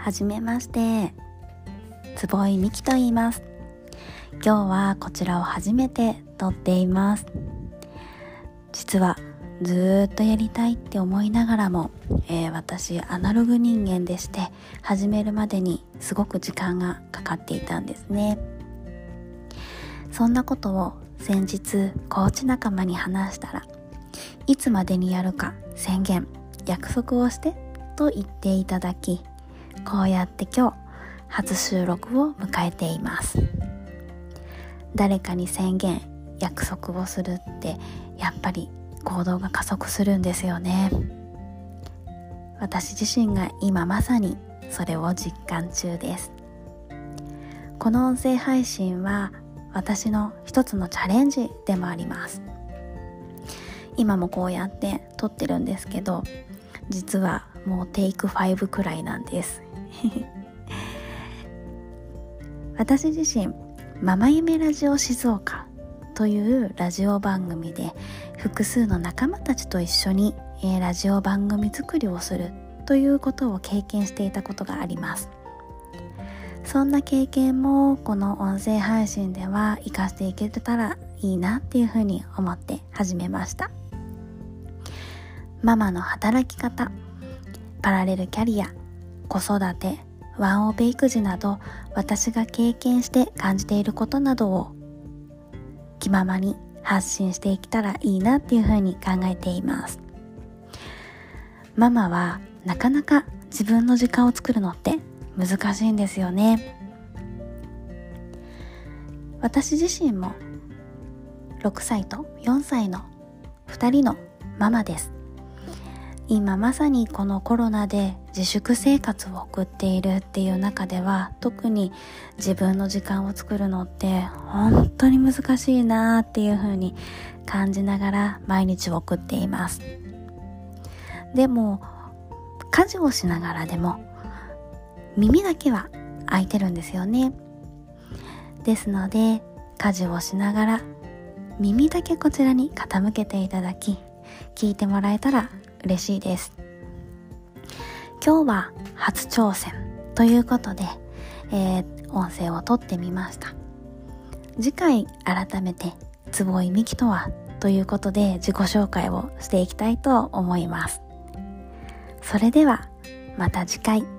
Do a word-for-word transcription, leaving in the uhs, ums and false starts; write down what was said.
はじめまして、坪井美希と言います。今日はこちらを初めて撮っています。実はずーっとやりたいって思いながらも、えー、私アナログ人間でして、始めるまでにすごく時間がかかっていたんですね。そんなことを先日コーチ仲間に話したら、いつまでにやるか宣言約束をしてと言っていただき、こうやって今日初収録を迎えています。誰かに宣言約束をするってやっぱり行動が加速するんですよね。私自身が今まさにそれを実感中です。この音声配信は私の一つのチャレンジでもあります。今もこうやって撮ってるんですけど、実はもうテイクファイブくらいなんです私自身ママ夢ラジオ静岡というラジオ番組で複数の仲間たちと一緒に、えー、ラジオ番組作りをするということを経験していたことがあります。そんな経験もこの音声配信では活かしていけたらいいなっていうふうに思って始めました。ママの働き方、パラレルキャリア、子育て、ワンオペ育児など、私が経験して感じていることなどを気ままに発信していけたらいいなっていうふうに考えています。ママはなかなか自分の時間を作るのって難しいんですよね。私自身もろくさいとよんさいのふたりのママです。今まさにこのコロナで自粛生活を送っているっていう中では、特に自分の時間を作るのって本当に難しいなっていう風に感じながら毎日を送っています。でも家事をしながらでも耳だけは開いてるんですよね。ですので家事をしながら耳だけこちらに傾けていただき、聞いてもらえたら嬉しいです。今日は初挑戦ということで、えー、音声を撮ってみました。次回改めて坪井美希とはということで自己紹介をしていきたいと思います。それではまた次回。